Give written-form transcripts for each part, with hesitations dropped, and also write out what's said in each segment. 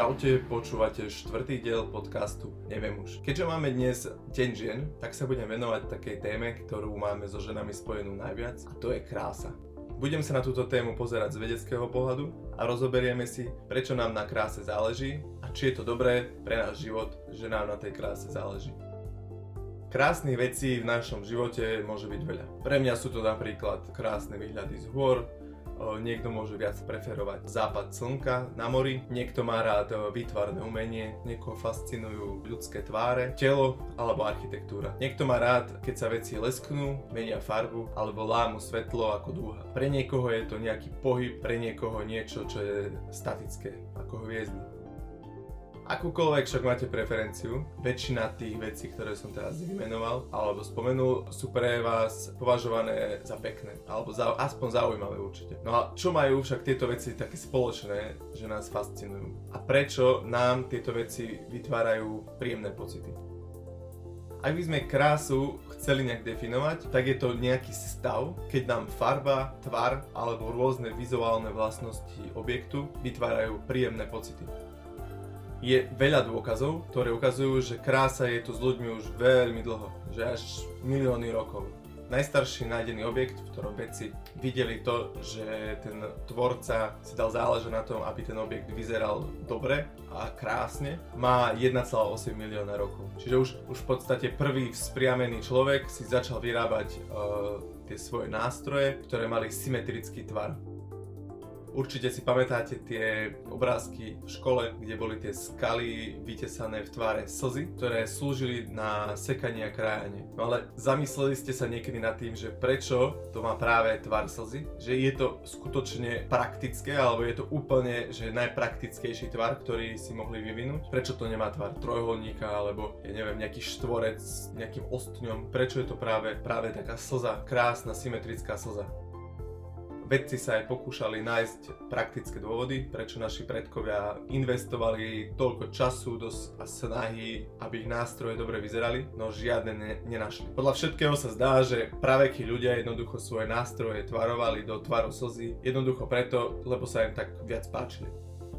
Čaute, počúvate štvrtý diel podcastu Neviem už. Keďže máme dnes Deň žien, tak sa budem venovať takej téme, ktorú máme so ženami spojenú najviac, a to je krása. Budem sa na túto tému pozerať z vedeckého pohľadu a rozoberieme si, prečo nám na kráse záleží a či je to dobré pre náš život, že nám na tej kráse záleží. Krásnych vecí v našom živote môže byť veľa. Pre mňa sú to napríklad krásne výhľady z hôr, niekto môže viac preferovať západ slnka na mori, niekto má rád výtvarné umenie, niekoho fascinujú ľudské tváre, telo alebo architektúra. Niekto má rád, keď sa veci lesknú, menia farbu alebo lámu svetlo ako dúha. Pre niekoho je to nejaký pohyb, pre niekoho niečo, čo je statické, ako hviezdy. Akúkoľvek však máte preferenciu, väčšina tých vecí, ktoré som teraz vymenoval alebo spomenul, sú pre vás považované za pekné, alebo aspoň zaujímavé určite. No a čo majú však tieto veci také spoločné, že nás fascinujú? A prečo nám tieto veci vytvárajú príjemné pocity? Ak by sme krásu chceli nejak definovať, tak je to nejaký stav, keď nám farba, tvar alebo rôzne vizuálne vlastnosti objektu vytvárajú príjemné pocity. Je veľa dôkazov, ktoré ukazujú, že krása je tu s ľuďmi už veľmi dlho, že až milióny rokov. Najstarší nájdený objekt, v ktorom vedci videli to, že ten tvorca si dal záležať na tom, aby ten objekt vyzeral dobre a krásne, má 1,8 milióna rokov. Čiže už v podstate prvý vzpriamený človek si začal vyrábať tie svoje nástroje, ktoré mali symetrický tvar. Určite si pamätáte tie obrázky v škole, kde boli tie skaly vytesané v tvare slzy, ktoré slúžili na sekanie a krájanie. No ale zamysleli ste sa niekedy nad tým, že prečo to má práve tvar slzy? Že je to skutočne praktické, alebo je to úplne že najpraktickejší tvar, ktorý si mohli vyvinúť? Prečo to nemá tvar trojuholníka, alebo ja neviem, nejaký štvorec s nejakým ostňom? Prečo je to práve taká slza, krásna symetrická slza? Vedci sa aj pokúšali nájsť praktické dôvody, prečo naši predkovia investovali toľko času a snahy, aby ich nástroje dobre vyzerali, no žiadne nenašli. Podľa všetkého sa zdá, že pravekí ľudia jednoducho svoje nástroje tvarovali do tvaru slzy, jednoducho preto, lebo sa im tak viac páčili.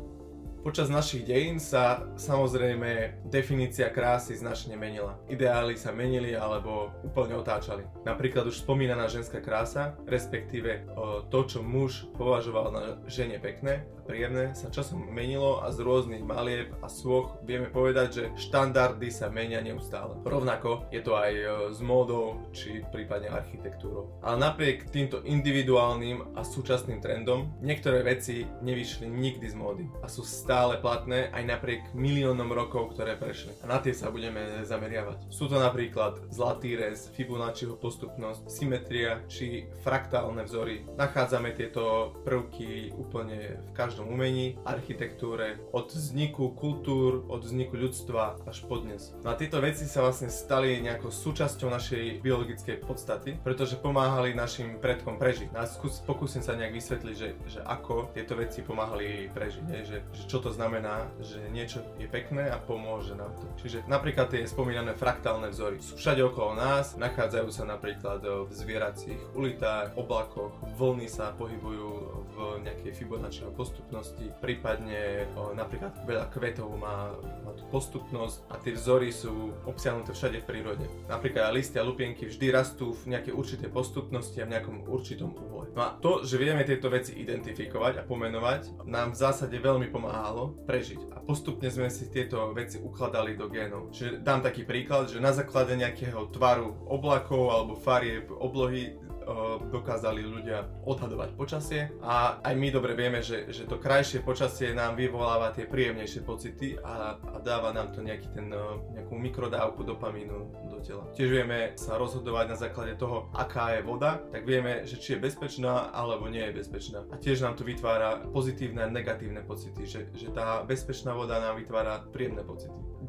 Počas našich dejín sa samozrejme definícia krásy značne menila. Ideály sa menili alebo úplne otáčali. Napríklad už spomínaná ženská krása, respektíve to, čo muž považoval na žene pekné a príjemné, sa časom menilo a z rôznych malieb a sôch vieme povedať, že štandardy sa menia neustále. Rovnako je to aj s módou či prípadne architektúrou. Ale napriek týmto individuálnym a súčasným trendom niektoré veci nevyšli nikdy z módy a sú stále platné aj napriek miliónom rokov, ktoré prešli. A na tie sa budeme zameriavať. Sú to napríklad zlatý rez, Fibonacciho postupnosť, symetria či fraktálne vzory. Nachádzame tieto prvky úplne v každom umení, architektúre, od vzniku kultúr, od vzniku ľudstva až po dnes. No a tieto veci sa vlastne stali nejakou súčasťou našej biologickej podstaty, pretože pomáhali našim predkom prežiť. A pokúsim sa nejak vysvetliť, že ako tieto veci pomáhali prežiť, že čo to znamená, že niečo je pekné a pomôže nám to. Čiže napríklad tie spomínané fraktálne vzory sú všade okolo nás, nachádzajú sa napríklad v zvieracích ulitách, oblakoch, vlny sa pohybujú v nejakej Fibonacciho postupnosti, prípadne napríklad veľa kvetov má tú postupnosť a tie vzory sú obsiahnuté všade v prírode. Napríklad listy a lupienky vždy rastú v nejakej určitej postupnosti a v nejakom určitom uhle. No a to, že vieme tieto veci identifikovať a pomenovať, nám v zásade veľmi pomáhalo prežiť. A postupne sme si tieto veci ukladali do génov. Čiže dám taký príklad, že na základe nejakého tvaru oblakov alebo farieb oblohy dokázali ľudia odhadovať počasie a aj my dobre vieme, že to krajšie počasie nám vyvoláva tie príjemnejšie pocity a dáva nám to nejakú mikrodávku dopamínu do tela. Tiež vieme sa rozhodovať na základe toho, aká je voda, tak vieme, že či je bezpečná alebo nie je bezpečná. A tiež nám to vytvára pozitívne a negatívne pocity, že tá bezpečná voda nám vytvára príjemné pocity.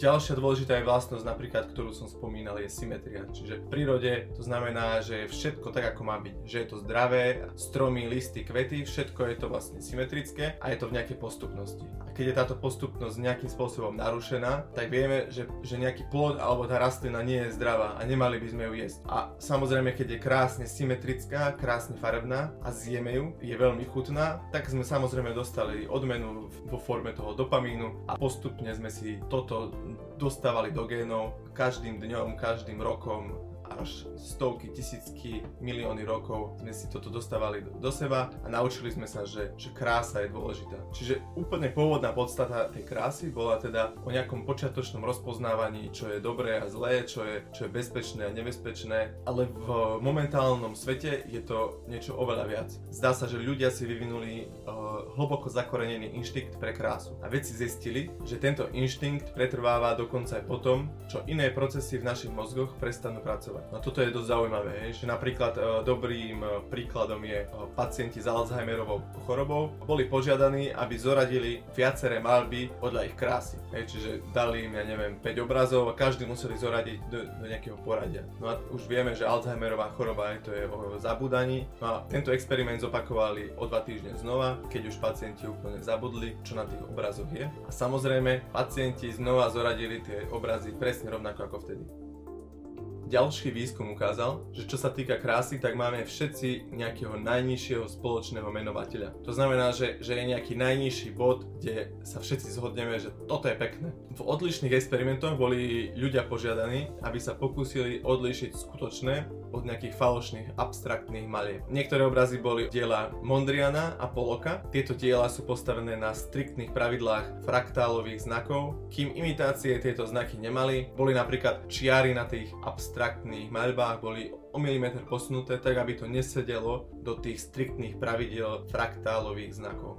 Ďalšia dôležitá je vlastnosť napríklad, ktorú som spomínal, je symetria. Čiže v prírode to znamená, že je všetko tak, ako má byť. Že je to zdravé, stromy, listy, kvety, všetko je to vlastne symetrické a je to v nejakej postupnosti. A keď je táto postupnosť nejakým spôsobom narušená, tak vieme, že nejaký plod alebo tá rastlina nie je zdravá a nemali by sme ju jesť. A samozrejme, keď je krásne symetrická, krásne farebná a zjeme ju, je veľmi chutná, tak sme samozrejme dostali odmenu vo forme toho dopamínu a postupne sme si toto dostávali do génov každým dňom, každým rokom, až stovky, tisícky, milióny rokov sme si toto dostávali do seba a naučili sme sa, že krása je dôležitá. Čiže úplne pôvodná podstata tej krásy bola teda o nejakom počiatočnom rozpoznávaní, čo je dobré a zlé, čo je bezpečné a nebezpečné, ale v momentálnom svete je to niečo oveľa viac. Zdá sa, že ľudia si vyvinuli hlboko zakorenený inštinkt pre krásu a vedci zistili, že tento inštinkt pretrváva dokonca aj potom, čo iné procesy v našich mozgoch prestanú pracovať. No toto je dosť zaujímavé, že napríklad dobrým príkladom je pacienti s Alzheimerovou chorobou. Boli požiadaní, aby zoradili viaceré maľby podľa ich krásy. Čiže dali im, 5 obrazov a každý museli zoradiť do nejakého poradia. No a už vieme, že Alzheimerová choroba to je o zabúdaní. No a tento experiment zopakovali o 2 týždne znova, keď už pacienti úplne zabudli, čo na tých obrazoch je. A samozrejme, pacienti znova zoradili tie obrazy presne rovnako ako vtedy. Ďalší výskum ukázal, že čo sa týka krásy, tak máme všetci nejakého najnižšieho spoločného menovateľa. To znamená, že je nejaký najnižší bod, kde sa všetci zhodneme, že toto je pekné. V odlišných experimentoch boli ľudia požiadaní, aby sa pokúsili odlíšiť skutočné od nejakých falošných abstraktných malieb. Niektoré obrazy boli diela Mondriana a Pollocka. Tieto diela sú postavené na striktných pravidlách fraktálových znakov, kým imitácie tieto znaky nemali. Boli napríklad čiary na tých abstraktných maľbách boli o milimeter posunuté, tak aby to nesedelo do tých striktných pravidiel fraktálových znakov.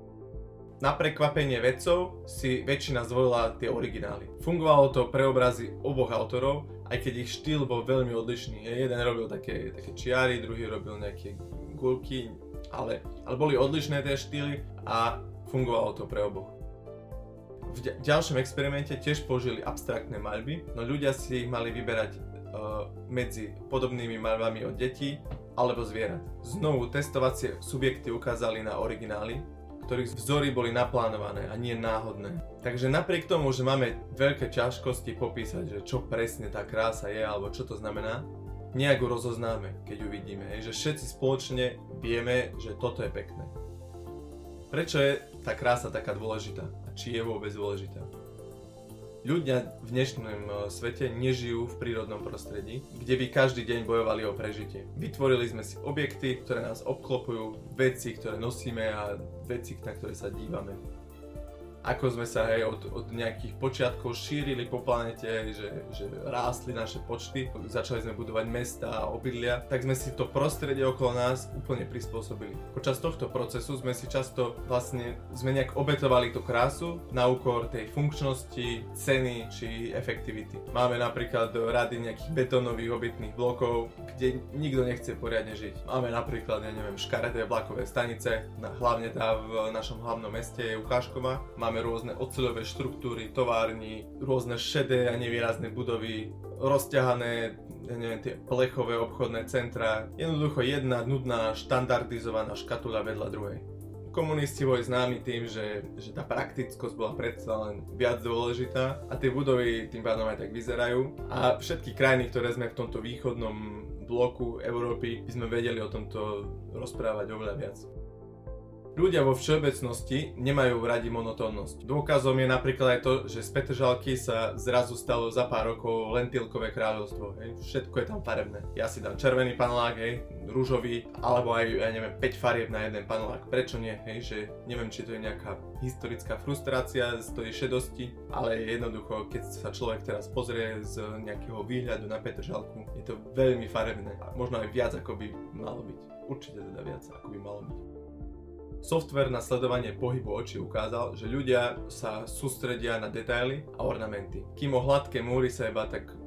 Na prekvapenie vedcov si väčšina zvolila tie originály. Fungovalo to pre obrazy oboch autorov, aj keď ich štýl bol veľmi odlišný. Jeden robil také čiary, druhý robil nejaké guľky, ale boli odlišné tie štýly a fungovalo to pre oboch. V ďalšom experimente tiež použili abstraktné maľby, no ľudia si ich mali vyberať medzi podobnými maľbami od detí alebo zvierat. Znovu testovacie subjekty ukázali na originály, ktorých vzory boli naplánované a nie náhodné. Takže napriek tomu, že máme veľké ťažkosti popísať, že čo presne tá krása je alebo čo to znamená, nejak ju rozoznáme, keď ju vidíme, že všetci spoločne vieme, že toto je pekné. Prečo je tá krása taká dôležitá a či je vôbec dôležitá? Ľudia v dnešnom svete nežijú v prírodnom prostredí, kde by každý deň bojovali o prežitie. Vytvorili sme si objekty, ktoré nás obklopujú, veci, ktoré nosíme a veci, na ktoré sa dívame. Ako sme sa od nejakých počiatkov šírili po planete, že rástli naše počty, začali sme budovať mestá a obydlia, tak sme si to prostredie okolo nás úplne prispôsobili. Počas tohto procesu sme si často sme nejak obetovali tú krásu na úkor tej funkčnosti, ceny či efektivity. Máme napríklad rady nejakých betónových obytných blokov, kde nikto nechce poriadne žiť. Máme napríklad, škaredé vlakové stanice, hlavne tá v našom hlavnom meste je ukážková. Máme rôzne oceľové štruktúry, továrni, rôzne šedé a nevýrazné budovy, rozťahané tie plechové obchodné centra. Jednoducho jedna nudná, štandardizovaná škatula vedľa druhej. Komunisti boli známi tým, že tá praktickosť bola predsa len viac dôležitá a tie budovy tým pádom aj tak vyzerajú. A všetky krajiny, ktoré sme v tomto východnom bloku Európy, by sme vedeli o tomto rozprávať oveľa viac. Ľudia vo všeobecnosti nemajú radi monotónnosť. Dôkazom je napríklad aj to, že z Petržalky sa zrazu stalo za pár rokov lentilkové kráľovstvo. Všetko je tam farebné. Ja si dám červený panelák, ružový, alebo aj 5 farieb na jeden panelák. Prečo nie? Že neviem, či to je nejaká historická frustrácia z tej šedosti, ale jednoducho, keď sa človek teraz pozrie z nejakého výhľadu na Petržalku, je to veľmi farebné. A možno aj viac, ako by malo byť. Určite teda viac, ako by malo byť. Software na sledovanie pohybu očí ukázal, že ľudia sa sústredia na detaily a ornamenty, kým o hladké múry sa iba tak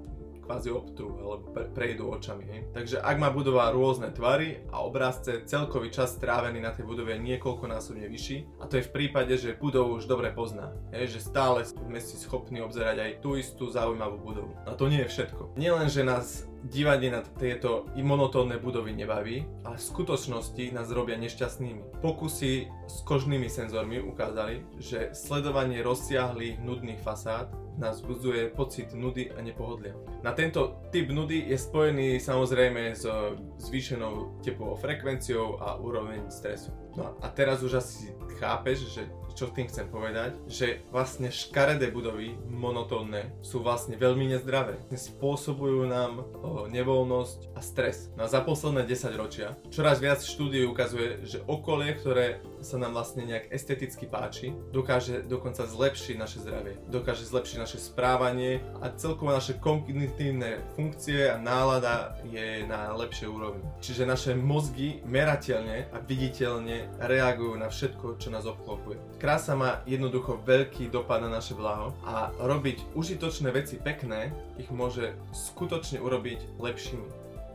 kvázi obtrú alebo prejdú očami. Hej. Takže ak má budova rôzne tvary a obrázce, celkový čas strávený na tej budove je niekoľkonásobne vyšší a to je v prípade, že budovu už dobre pozná. Hej, že stále sme si schopní obzerať aj tú istú zaujímavú budovu. A to nie je všetko. Nielen, že nás dívanie na tieto monotónne budovy nebaví, ale v skutočnosti nás robia nešťastnými. Pokusy s kožnými senzormi ukázali, že sledovanie rozsiahlých nudných fasád nás vzbudzuje pocit nudy a nepohodlia. Na tento typ nudy je spojený samozrejme s zvýšenou tepovou frekvenciou a úroveň stresu. No a teraz už asi chápeš, že čo tým chcem povedať, že vlastne škaredé budovy, monotónne, sú vlastne veľmi nezdravé. Spôsobujú nám nevoľnosť a stres. No a za posledné 10 ročia čoraz viac štúdií ukazuje, že okolie, ktoré sa nám vlastne nejak esteticky páči, dokáže dokonca zlepšiť naše zdravie, dokáže zlepšiť naše správanie a celkovo naše kognitívne funkcie a nálada je na lepšej úrovni. Čiže naše mozgy merateľne a viditeľne reagujú na všetko, čo nás obklopuje. Krása má jednoducho veľký dopad na naše blaho a robiť užitočné veci pekné ich môže skutočne urobiť lepšími.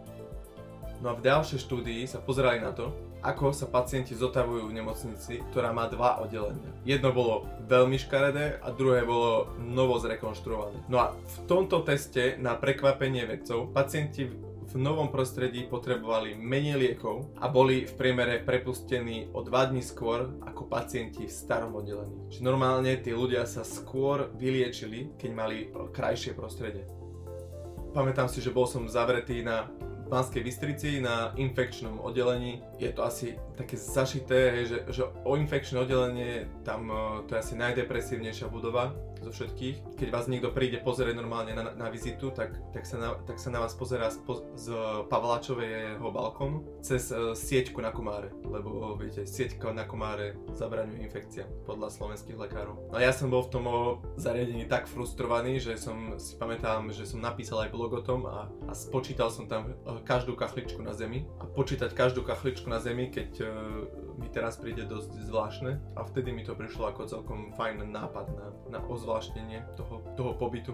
No a v ďalšej štúdii sa pozerali na to, ako sa pacienti zotavujú v nemocnici, ktorá má 2 oddelenia. Jedno bolo veľmi škaredé a druhé bolo novo zrekonštruované. No a v tomto teste na prekvapenie vedcov pacienti v novom prostredí potrebovali menej liekov a boli v priemere prepustení o 2 dní skôr ako pacienti v starom oddelení. Čiže normálne tí ľudia sa skôr vyliečili, keď mali krajšie prostredie. Pamätám si, že bol som zavretý na Banskej Bystrici na infekčnom oddelení. Je to asi také zašité, že o infekčné oddelenie tam to je asi najdepresívnejšia budova zo všetkých. Keď vás niekto príde pozrieť normálne na vizitu, tak sa na vás pozerá z Pavláčového balkónu cez sieťku na komáre, lebo viete, sieťka na komáre zabraňuje infekciám podľa slovenských lekárov. No ja som bol v tom zariadení tak frustrovaný, že si pamätám, že som napísal aj blog o tom a spočítal som tam každú kachličku na zemi a počítať každú kachličku na zemi, keď mi teraz príde dosť zvláštne a vtedy mi to prišlo ako celkom fajn nápad na ozvláštnenie toho pobytu.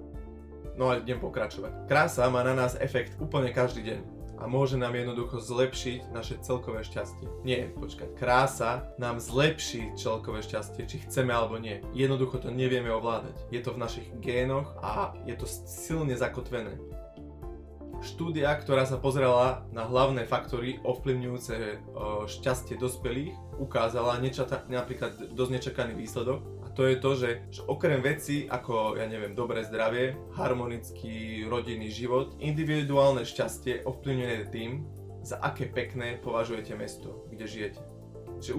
No a idem pokračovať. Krása má na nás efekt úplne každý deň a môže nám jednoducho zlepšiť naše celkové šťastie. Nie, počkať, krása nám zlepší celkové šťastie, či chceme alebo nie. Jednoducho to nevieme ovládať. Je to v našich génoch a je to silne zakotvené. Štúdia, ktorá sa pozerala na hlavné faktory ovplyvňujúce šťastie dospelých, ukázala napríklad dosť nečakaný výsledok. A to je to, že okrem vecí ako, dobré zdravie, harmonický rodinný život, individuálne šťastie ovplyvňuje tým, za aké pekné považujete mesto, kde žijete. Že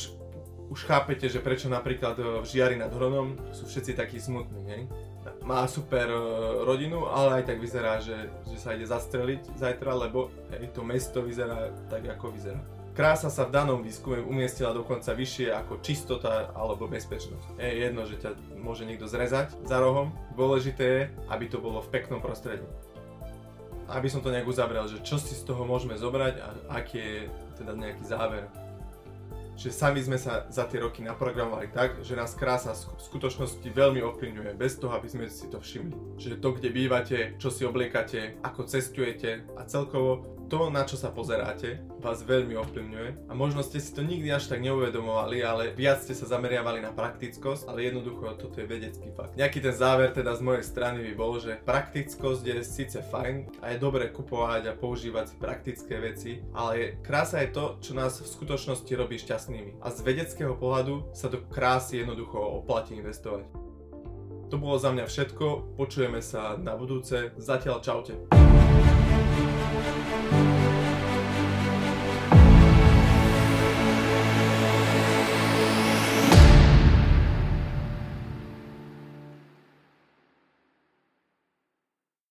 už chápete, že prečo napríklad v Žiari nad Hronom sú všetci takí smutní, hej? Má super rodinu, ale aj tak vyzerá, že sa ide zastreliť zajtra, lebo to mesto vyzerá tak, ako vyzerá. Krása sa v danom výskume umiestnila dokonca vyššie ako čistota alebo bezpečnosť. Je jedno, že ťa môže niekto zrezať za rohom, dôležité je, aby to bolo v peknom prostredí. Aby som to nejak uzavrel, že čo si z toho môžeme zobrať a aký je teda nejaký záver. Že sami sme sa za tie roky naprogramovali tak, že nás krása v skutočnosti veľmi ovplyvňuje, bez toho, aby sme si to všimli. Že to, kde bývate, čo si obliekate, ako cestujete a celkovo to, na čo sa pozeráte, vás veľmi ovplyvňuje a možno ste si to nikdy až tak neuvedomovali, ale viac ste sa zameriavali na praktickosť, ale jednoducho toto je vedecký fakt. Nejaký ten záver teda z mojej strany by bol, že praktickosť je síce fajn a je dobre kupovať a používať si praktické veci, ale krása je to, čo nás v skutočnosti robí šťastnými. A z vedeckého pohľadu sa do krásy jednoducho oplatí investovať. To bolo za mňa všetko, počujeme sa na budúce, zatiaľ čaute.